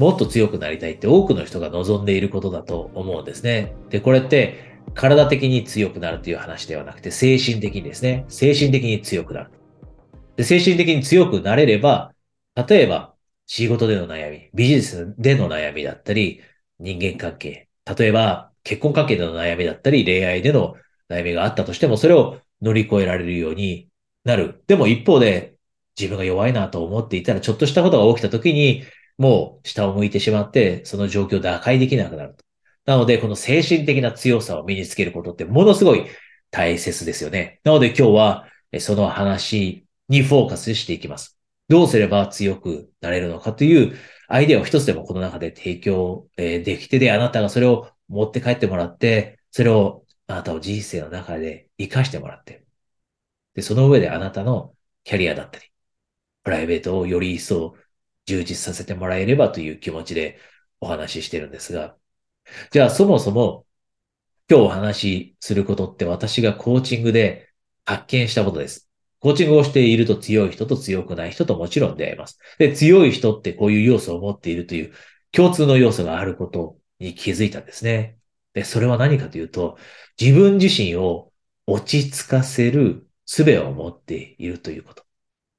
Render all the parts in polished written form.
もっと強くなりたいって多くの人が望んでいることだと思うんですね。で、これって体的に強くなるという話ではなくて、精神的にですね。精神的に強くなる。で、精神的に強くなれれば、例えば仕事での悩み、ビジネスでの悩みだったり、人間関係、例えば結婚関係での悩みだったり、恋愛での悩みがあったとしても、それを乗り越えられるようになる。でも一方で、自分が弱いなと思っていたら、ちょっとしたことが起きた時に、もう下を向いてしまって、その状況を打開できなくなると。なので、この精神的な強さを身につけることってものすごい大切ですよね。なので今日は、その話にフォーカスしていきます。どうすれば強くなれるのかというアイデアを一つでもこの中で提供できて、で、あなたがそれを持って帰ってもらって、それをあなたを人生の中で活かしてもらって、で、その上であなたのキャリアだったり、プライベートをより一層充実させてもらえればという気持ちでお話ししてるんですが、じゃあそもそも今日お話しすることって私がコーチングで発見したことです。コーチングをしていると強い人と強くない人ともちろん出会います。で、強い人ってこういう要素を持っているという共通の要素があることに気づいたんですね。で、それは何かというと、自分自身を落ち着かせる術を持っているということ。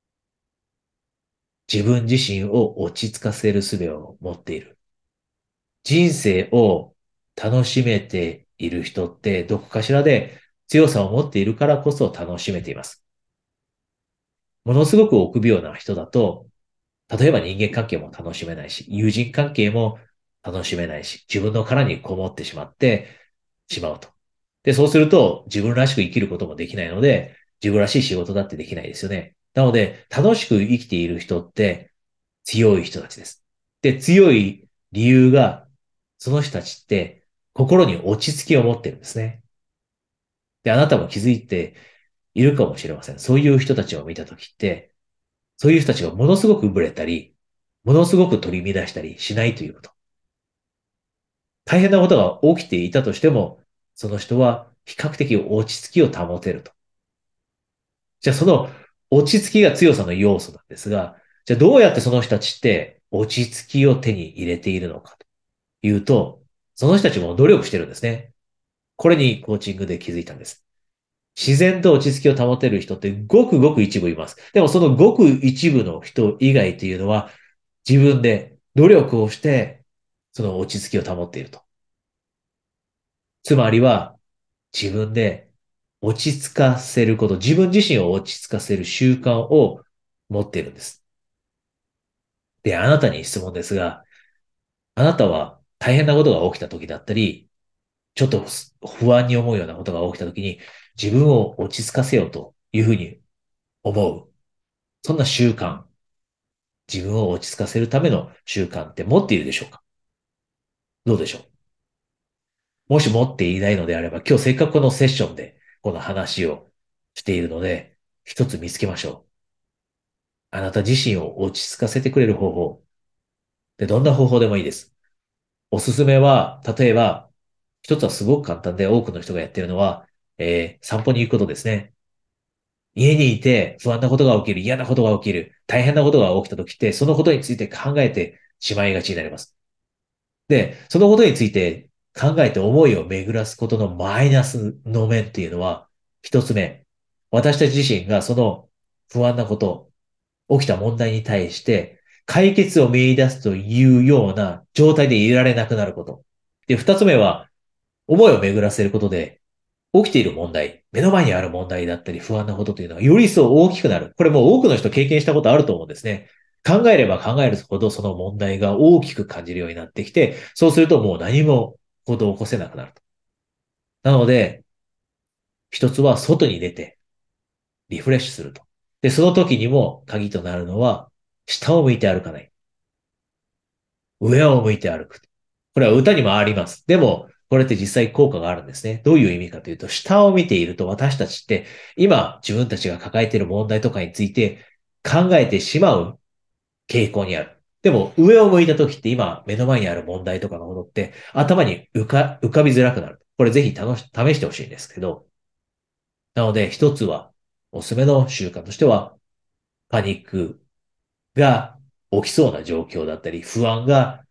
自分自身を落ち着かせる術を持っている。人生を楽しめている人ってどこかしらで強さを持っているからこそ楽しめています。ものすごく臆病な人だと、例えば人間関係も楽しめないし、友人関係も楽しめないし、自分の殻にこもってしまってしまうと。で、そうすると自分らしく生きることもできないので、自分らしい仕事だってできないですよね。なので、楽しく生きている人って強い人たちです。で、強い理由が、その人たちって心に落ち着きを持ってるんですね。で、あなたも気づいているかもしれません。そういう人たちを見たときって、そういう人たちがものすごくブレたり、ものすごく取り乱したりしないということ。大変なことが起きていたとしても、その人は比較的落ち着きを保てると。じゃあその落ち着きが強さの要素なんですが、じゃあどうやってその人たちって落ち着きを手に入れているのかというと、その人たちも努力してるんですね。これにコーチングで気づいたんです。自然と落ち着きを保てる人ってごくごく一部います。でもそのごく一部の人以外というのは自分で努力をしてその落ち着きを保っていると。つまりは自分で落ち着かせること、自分自身を落ち着かせる習慣を持っているんです。で、あなたに質問ですが、あなたは大変なことが起きた時だったり、ちょっと不安に思うようなことが起きた時に自分を落ち着かせようというふうに思う。そんな習慣、自分を落ち着かせるための習慣って持っているでしょうか？どうでしょう？もし持っていないのであれば、今日せっかくこのセッションでこの話をしているので、一つ見つけましょう。あなた自身を落ち着かせてくれる方法。で、どんな方法でもいいです。おすすめは、例えば、一つはすごく簡単で多くの人がやっているのは、散歩に行くことですね。家にいて不安なことが起きる、嫌なことが起きる、大変なことが起きた時って、そのことについて考えてしまいがちになります。で、そのことについて考えて思いを巡らすことのマイナスの面っていうのは、一つ目、私たち自身がその不安なこと、起きた問題に対して解決を見出すというような状態でいられなくなること。で、二つ目は、思いを巡らせることで、起きている問題、目の前にある問題だったり不安なことというのがより一層大きくなる。これもう多くの人経験したことあると思うんですね。考えれば考えるほどその問題が大きく感じるようになってきて、そうするともう何も行動を起こせなくなると。なので、一つは外に出てリフレッシュすると。で、その時にも鍵となるのは、下を向いて歩かない。上を向いて歩く。これは歌にもあります。でも、これって実際効果があるんですね。どういう意味かというと、下を見ていると私たちって今自分たちが抱えている問題とかについて考えてしまう傾向にある。でも上を向いた時って今目の前にある問題とかのことって頭に浮かびづらくなる。これぜひ試してほしいんですけど。なので一つはおすすめの習慣としてはパニックが起きそうな状況だったり不安が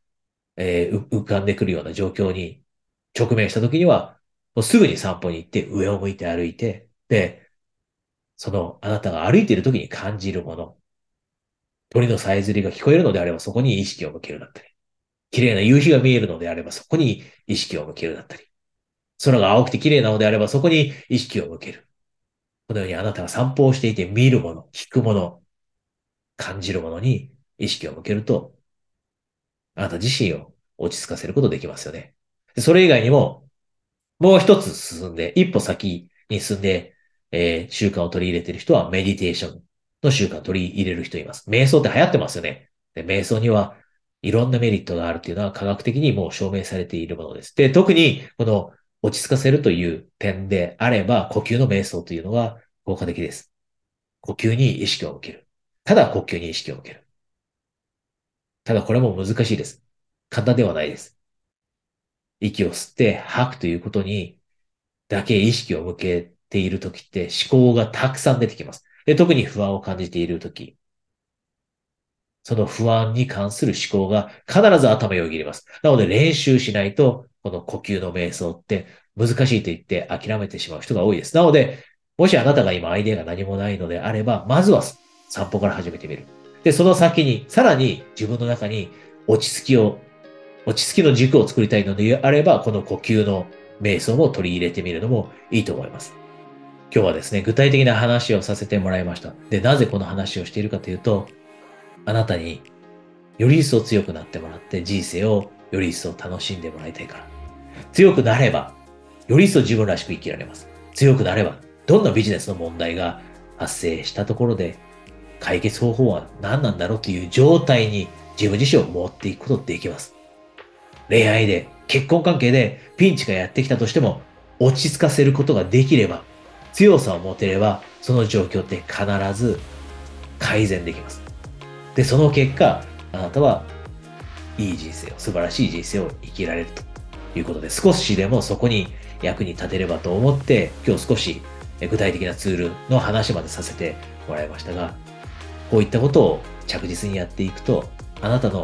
浮かんでくるような状況に直面した時には、もうすぐに散歩に行って上を向いて歩いて、で、そのあなたが歩いている時に感じるもの、鳥のさえずりが聞こえるのであればそこに意識を向けるだったり、綺麗な夕日が見えるのであればそこに意識を向けるだったり、空が青くて綺麗なのであればそこに意識を向ける。このようにあなたが散歩をしていて見るもの、聞くもの、感じるものに意識を向けると、あなた自身を落ち着かせることができますよね。でそれ以外にも、もう一つ進んで、一歩先に進んで、習慣を取り入れている人はメディテーションの習慣を取り入れる人います。瞑想って流行ってますよね。で、瞑想にはいろんなメリットがあるっていうのは科学的にもう証明されているものです。で、特にこの落ち着かせるという点であれば、呼吸の瞑想というのは効果的です。呼吸に意識を向ける。ただ呼吸に意識を向ける。ただこれも難しいです。簡単ではないです。息を吸って吐くということにだけ意識を向けているときって思考がたくさん出てきます。で、特に不安を感じているとき、その不安に関する思考が必ず頭をよぎります。なので練習しないと、この呼吸の瞑想って難しいと言って諦めてしまう人が多いです。なので、もしあなたが今アイデアが何もないのであれば、まずは散歩から始めてみる。で、その先に、さらに自分の中に落ち着きの軸を作りたいのであれば、この呼吸の瞑想も取り入れてみるのもいいと思います。今日はですね、具体的な話をさせてもらいました。で、なぜこの話をしているかというと、あなたにより一層強くなってもらって人生をより一層楽しんでもらいたいから。強くなれば、より一層自分らしく生きられます。強くなれば、どんなビジネスの問題が発生したところで、解決方法は何なんだろうという状態に自分自身を持っていくことができます。恋愛で、結婚関係でピンチがやってきたとしても、落ち着かせることができれば、強さを持てれば、その状況って必ず改善できます。で、その結果、あなたはいい人生を、素晴らしい人生を生きられるということで、少しでもそこに役に立てればと思って、今日少し具体的なツールの話までさせてもらいましたが、こういったことを着実にやっていくと、あなたの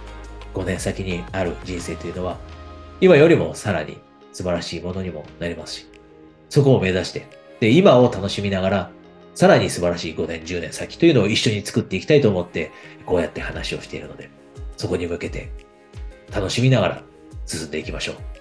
5年先にある人生というのは、今よりもさらに素晴らしいものにもなりますし、そこを目指して、で、今を楽しみながら、さらに素晴らしい5年、10年先というのを一緒に作っていきたいと思って、こうやって話をしているので、そこに向けて楽しみながら進んでいきましょう。